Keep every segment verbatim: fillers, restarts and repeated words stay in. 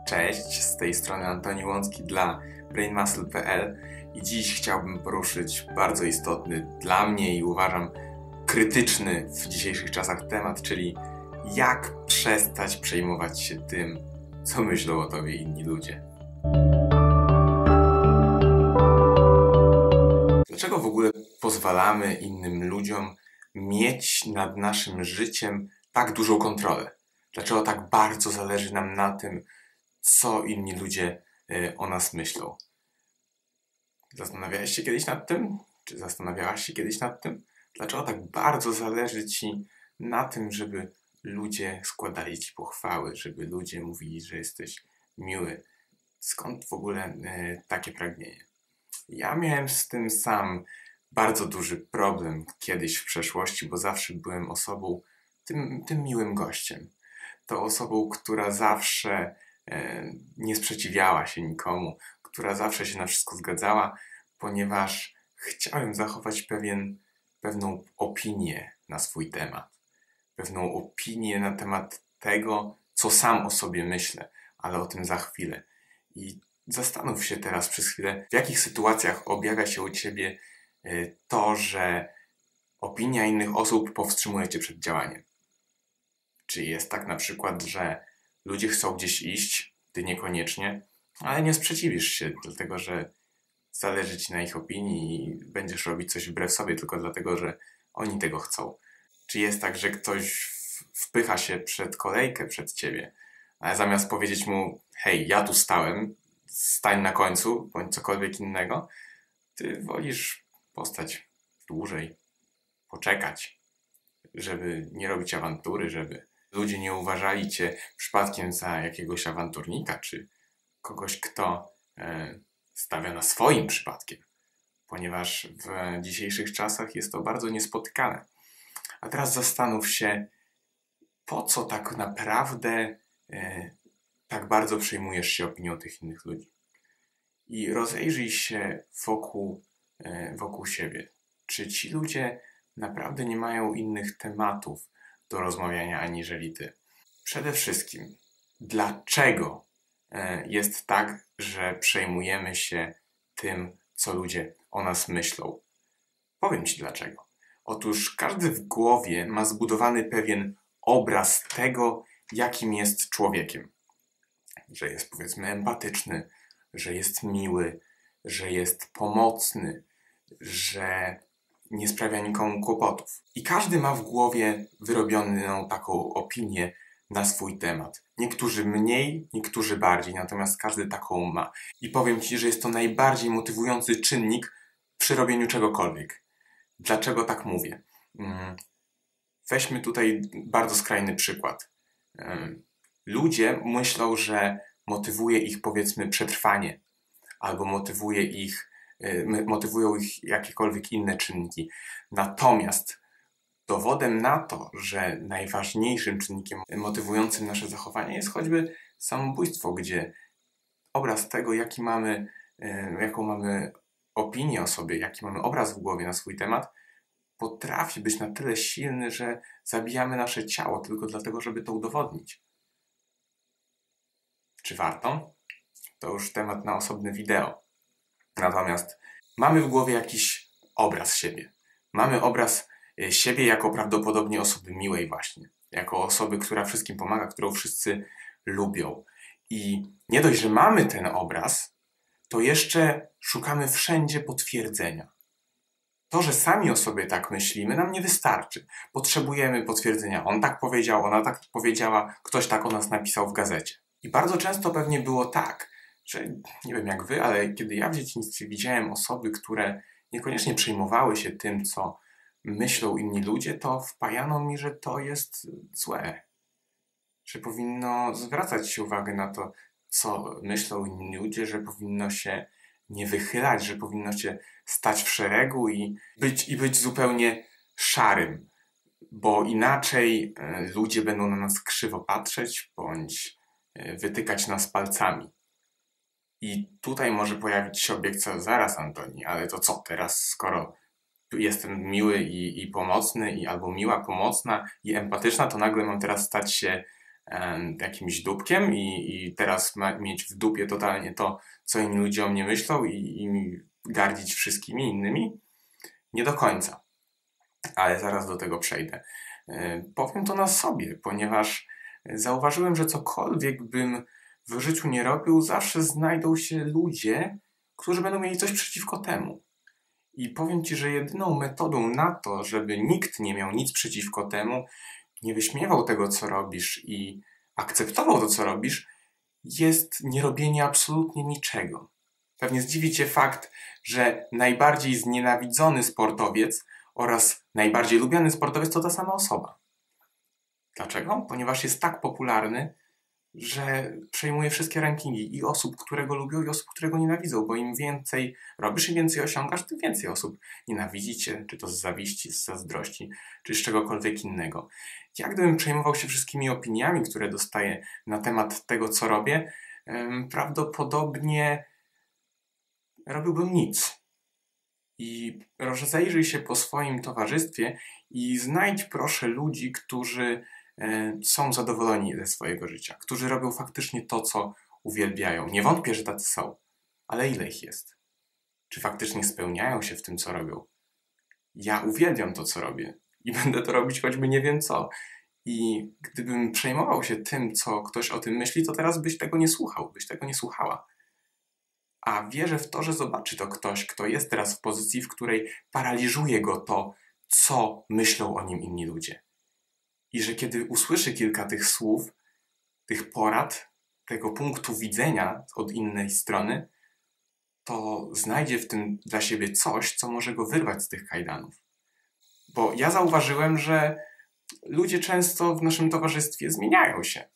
Cześć, z tej strony Antoni Łącki dla brain muscle kropka p l i dziś chciałbym poruszyć bardzo istotny dla mnie i uważam krytyczny w dzisiejszych czasach temat, czyli jak przestać przejmować się tym, co myślą o tobie inni ludzie. Dlaczego w ogóle pozwalamy innym ludziom mieć nad naszym życiem tak dużą kontrolę? Dlaczego tak bardzo zależy nam na tym, co inni ludzie o nas myślą? Zastanawiałeś się kiedyś nad tym? Czy zastanawiałaś się kiedyś nad tym? Dlaczego tak bardzo zależy ci na tym, żeby ludzie składali ci pochwały, żeby ludzie mówili, że jesteś miły? Skąd w ogóle e, takie pragnienie? Ja miałem z tym sam bardzo duży problem kiedyś w przeszłości, bo zawsze byłem osobą, tym, tym miłym gościem. To osobą, która zawsze e, nie sprzeciwiała się nikomu, która zawsze się na wszystko zgadzała, ponieważ chciałem zachować pewien, pewną opinię na swój temat. Pewną opinię na temat tego, co sam o sobie myślę, ale o tym za chwilę. I zastanów się teraz przez chwilę, w jakich sytuacjach objawia się u ciebie e, to, że opinia innych osób powstrzymuje cię przed działaniem. Czy jest tak na przykład, że ludzie chcą gdzieś iść, ty niekoniecznie, ale nie sprzeciwisz się, dlatego że zależy ci na ich opinii i będziesz robić coś wbrew sobie tylko dlatego, że oni tego chcą. Czy jest tak, że ktoś wpycha się przed kolejkę przed ciebie, ale zamiast powiedzieć mu, hej, ja tu stałem, stań na końcu, bądź cokolwiek innego, ty wolisz postać dłużej, poczekać, żeby nie robić awantury, żeby ludzie nie uważali cię przypadkiem za jakiegoś awanturnika, czy kogoś, kto e, stawia na swoim przypadkiem, ponieważ w dzisiejszych czasach jest to bardzo niespotykane. A teraz zastanów się, po co tak naprawdę e, tak bardzo przejmujesz się opinią tych innych ludzi. I rozejrzyj się wokół, e, wokół siebie. Czy ci ludzie naprawdę nie mają innych tematów do rozmawiania aniżeli ty? Przede wszystkim, dlaczego jest tak, że przejmujemy się tym, co ludzie o nas myślą? Powiem ci dlaczego. Otóż każdy w głowie ma zbudowany pewien obraz tego, jakim jest człowiekiem. Że jest, powiedzmy, empatyczny, że jest miły, że jest pomocny, że nie sprawia nikomu kłopotów. I każdy ma w głowie wyrobioną taką opinię na swój temat. Niektórzy mniej, niektórzy bardziej, natomiast każdy taką ma. I powiem ci, że jest to najbardziej motywujący czynnik przy robieniu czegokolwiek. Dlaczego tak mówię? Weźmy tutaj bardzo skrajny przykład. Ludzie myślą, że motywuje ich, powiedzmy, przetrwanie, albo motywuje ich, motywują ich jakiekolwiek inne czynniki. Natomiast dowodem na to, że najważniejszym czynnikiem motywującym nasze zachowanie jest choćby samobójstwo, gdzie obraz tego, jaki mamy, jaką mamy opinię o sobie, jaki mamy obraz w głowie na swój temat, potrafi być na tyle silny, że zabijamy nasze ciało tylko dlatego, żeby to udowodnić. Czy warto? To już temat na osobne wideo. Natomiast mamy w głowie jakiś obraz siebie. Mamy obraz siebie jako prawdopodobnie osoby miłej właśnie. Jako osoby, która wszystkim pomaga, którą wszyscy lubią. I nie dość, że mamy ten obraz, to jeszcze szukamy wszędzie potwierdzenia. To, że sami o sobie tak myślimy, nam nie wystarczy. Potrzebujemy potwierdzenia. On tak powiedział, ona tak powiedziała, ktoś tak o nas napisał w gazecie. I bardzo często pewnie było tak, że nie wiem jak wy, ale kiedy ja w dzieciństwie widziałem osoby, które niekoniecznie przejmowały się tym, co myślą inni ludzie, to wpajano mi, że to jest złe. Że powinno zwracać się uwagę na to, co myślą inni ludzie, że powinno się nie wychylać, że powinno się stać w szeregu i być, i być zupełnie szarym, bo inaczej ludzie będą na nas krzywo patrzeć bądź wytykać nas palcami. I tutaj może pojawić się obiekcja, zaraz Antoni, ale to co teraz, skoro jestem miły i, i pomocny, i albo miła, pomocna i empatyczna, to nagle mam teraz stać się em, jakimś dupkiem i, i teraz ma, mieć w dupie totalnie to, co inni ludzie o mnie myślą i, i gardzić wszystkimi innymi? Nie do końca. Ale zaraz do tego przejdę. E, powiem to na sobie, ponieważ zauważyłem, że cokolwiek bym w życiu nie robił, zawsze znajdą się ludzie, którzy będą mieli coś przeciwko temu. I powiem Ci, że jedyną metodą na to, żeby nikt nie miał nic przeciwko temu, nie wyśmiewał tego, co robisz i akceptował to, co robisz, jest nierobienie absolutnie niczego. Pewnie zdziwi Cię fakt, że najbardziej znienawidzony sportowiec oraz najbardziej lubiany sportowiec to ta sama osoba. Dlaczego? Ponieważ jest tak popularny, że przejmuje wszystkie rankingi i osób, które go lubią, i osób, które go nienawidzą, bo im więcej robisz i więcej osiągasz, tym więcej osób nienawidzi Cię, czy to z zawiści, z zazdrości, czy z czegokolwiek innego. Ja gdybym przejmował się wszystkimi opiniami, które dostaję na temat tego, co robię, prawdopodobnie robiłbym nic. I rozejrzyj się po swoim towarzystwie i znajdź proszę ludzi, którzy są zadowoleni ze swojego życia, którzy robią faktycznie to, co uwielbiają. Nie wątpię, że tacy są, ale ile ich jest? Czy faktycznie spełniają się w tym, co robią? Ja uwielbiam to, co robię i będę to robić choćby nie wiem co. I gdybym przejmował się tym, co ktoś o tym myśli, to teraz byś tego nie słuchał, byś tego nie słuchała. A wierzę w to, że zobaczy to ktoś, kto jest teraz w pozycji, w której paraliżuje go to, co myślą o nim inni ludzie. I że kiedy usłyszy kilka tych słów, tych porad, tego punktu widzenia od innej strony, to znajdzie w tym dla siebie coś, co może go wyrwać z tych kajdanów. Bo ja zauważyłem, że ludzie często w naszym towarzystwie zmieniają się.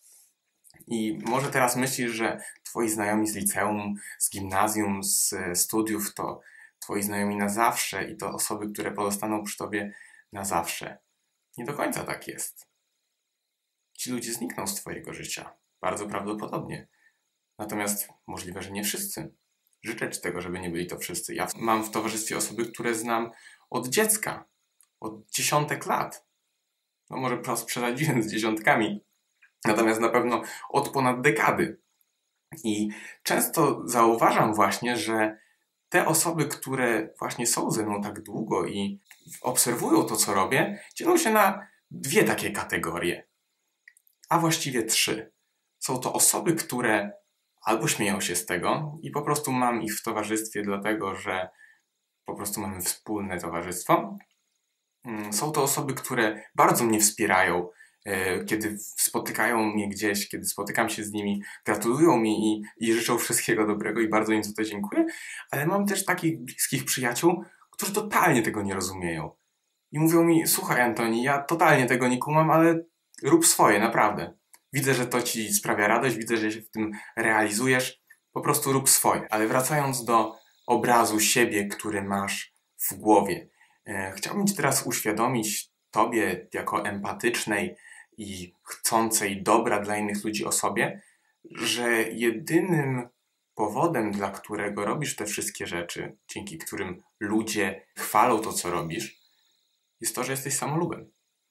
I może teraz myślisz, że twoi znajomi z liceum, z gimnazjum, z studiów to twoi znajomi na zawsze i to osoby, które pozostaną przy tobie na zawsze. Nie do końca tak jest. Ci ludzie znikną z twojego życia. Bardzo prawdopodobnie. Natomiast możliwe, że nie wszyscy. Życzę ci tego, żeby nie byli to wszyscy. Ja mam w towarzystwie osoby, które znam od dziecka. Od dziesiątek lat. No może przesadziłem z dziesiątkami. Natomiast na pewno od ponad dekady. I często zauważam właśnie, że te osoby, które właśnie są ze mną tak długo i obserwują to, co robię, dzielą się na dwie takie kategorie. A właściwie trzy. Są to osoby, które albo śmieją się z tego i po prostu mam ich w towarzystwie dlatego, że po prostu mamy wspólne towarzystwo. Są to osoby, które bardzo mnie wspierają, kiedy spotykają mnie gdzieś, kiedy spotykam się z nimi, gratulują mi i, i życzą wszystkiego dobrego i bardzo im za to dziękuję, ale mam też takich bliskich przyjaciół, którzy totalnie tego nie rozumieją. I mówią mi, słuchaj Antoni, ja totalnie tego nie kumam, ale rób swoje, naprawdę. Widzę, że to ci sprawia radość, widzę, że się w tym realizujesz, po prostu rób swoje. Ale wracając do obrazu siebie, który masz w głowie, e, chciałbym ci teraz uświadomić tobie jako empatycznej i chcącej dobra dla innych ludzi osobie, że jedynym powodem, dla którego robisz te wszystkie rzeczy, dzięki którym ludzie chwalą to, co robisz, jest to, że jesteś samolubem.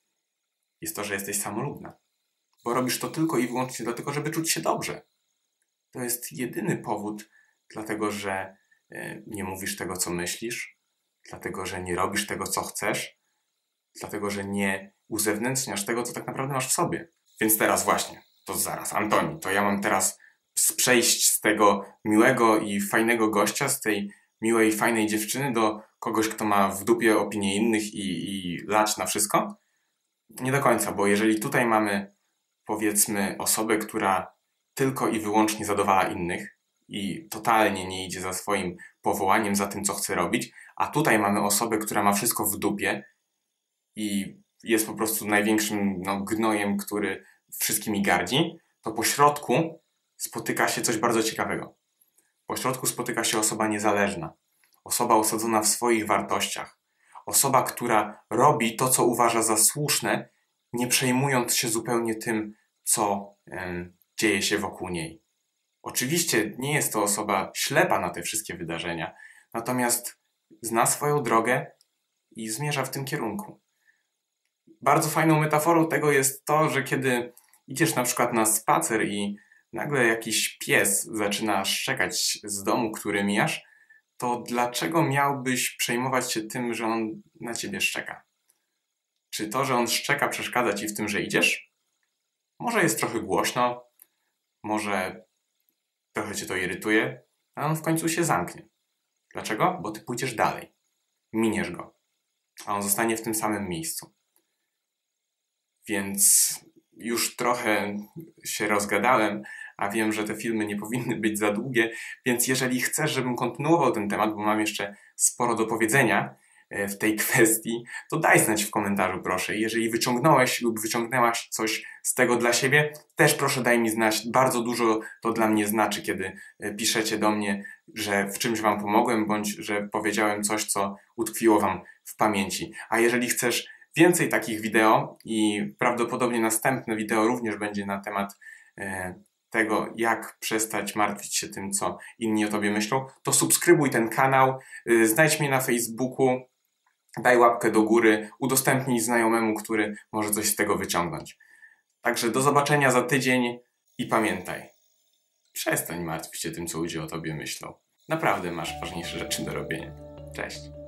Jest to, że jesteś samolubna. Bo robisz to tylko i wyłącznie dlatego, żeby czuć się dobrze. To jest jedyny powód, dlatego że nie mówisz tego, co myślisz, dlatego, że nie robisz tego, co chcesz, dlatego, że nie uzewnętrzniasz tego, co tak naprawdę masz w sobie. Więc teraz właśnie, to zaraz, Antoni, to ja mam teraz przejść z tego miłego i fajnego gościa, z tej miłej i fajnej dziewczyny do kogoś, kto ma w dupie opinie innych i, i lać na wszystko? Nie do końca, bo jeżeli tutaj mamy, powiedzmy, osobę, która tylko i wyłącznie zadowala innych i totalnie nie idzie za swoim powołaniem, za tym, co chce robić, a tutaj mamy osobę, która ma wszystko w dupie i jest po prostu największym no, gnojem, który wszystkimi gardzi, to po środku spotyka się coś bardzo ciekawego. Po środku spotyka się osoba niezależna, osoba osadzona w swoich wartościach, osoba, która robi to, co uważa za słuszne, nie przejmując się zupełnie tym, co em, dzieje się wokół niej. Oczywiście nie jest to osoba ślepa na te wszystkie wydarzenia, natomiast zna swoją drogę i zmierza w tym kierunku. Bardzo fajną metaforą tego jest to, że kiedy idziesz na przykład na spacer i nagle jakiś pies zaczyna szczekać z domu, który mijasz, to dlaczego miałbyś przejmować się tym, że on na ciebie szczeka? Czy to, że on szczeka, przeszkadza ci w tym, że idziesz? Może jest trochę głośno, może trochę cię to irytuje, a on w końcu się zamknie. Dlaczego? Bo ty pójdziesz dalej. Miniesz go. A on zostanie w tym samym miejscu. Więc już trochę się rozgadałem, a wiem, że te filmy nie powinny być za długie, więc jeżeli chcesz, żebym kontynuował ten temat, bo mam jeszcze sporo do powiedzenia w tej kwestii, to daj znać w komentarzu, proszę. Jeżeli wyciągnąłeś lub wyciągnęłaś coś z tego dla siebie, też proszę daj mi znać. Bardzo dużo to dla mnie znaczy, kiedy piszecie do mnie, że w czymś wam pomogłem, bądź że powiedziałem coś, co utkwiło wam w pamięci. A jeżeli chcesz więcej takich wideo i prawdopodobnie następne wideo również będzie na temat e, tego, jak przestać martwić się tym, co inni o tobie myślą, to subskrybuj ten kanał, e, znajdź mnie na Facebooku, daj łapkę do góry, udostępnij znajomemu, który może coś z tego wyciągnąć. Także do zobaczenia za tydzień i pamiętaj, przestań martwić się tym, co ludzie o tobie myślą. Naprawdę masz ważniejsze rzeczy do robienia. Cześć.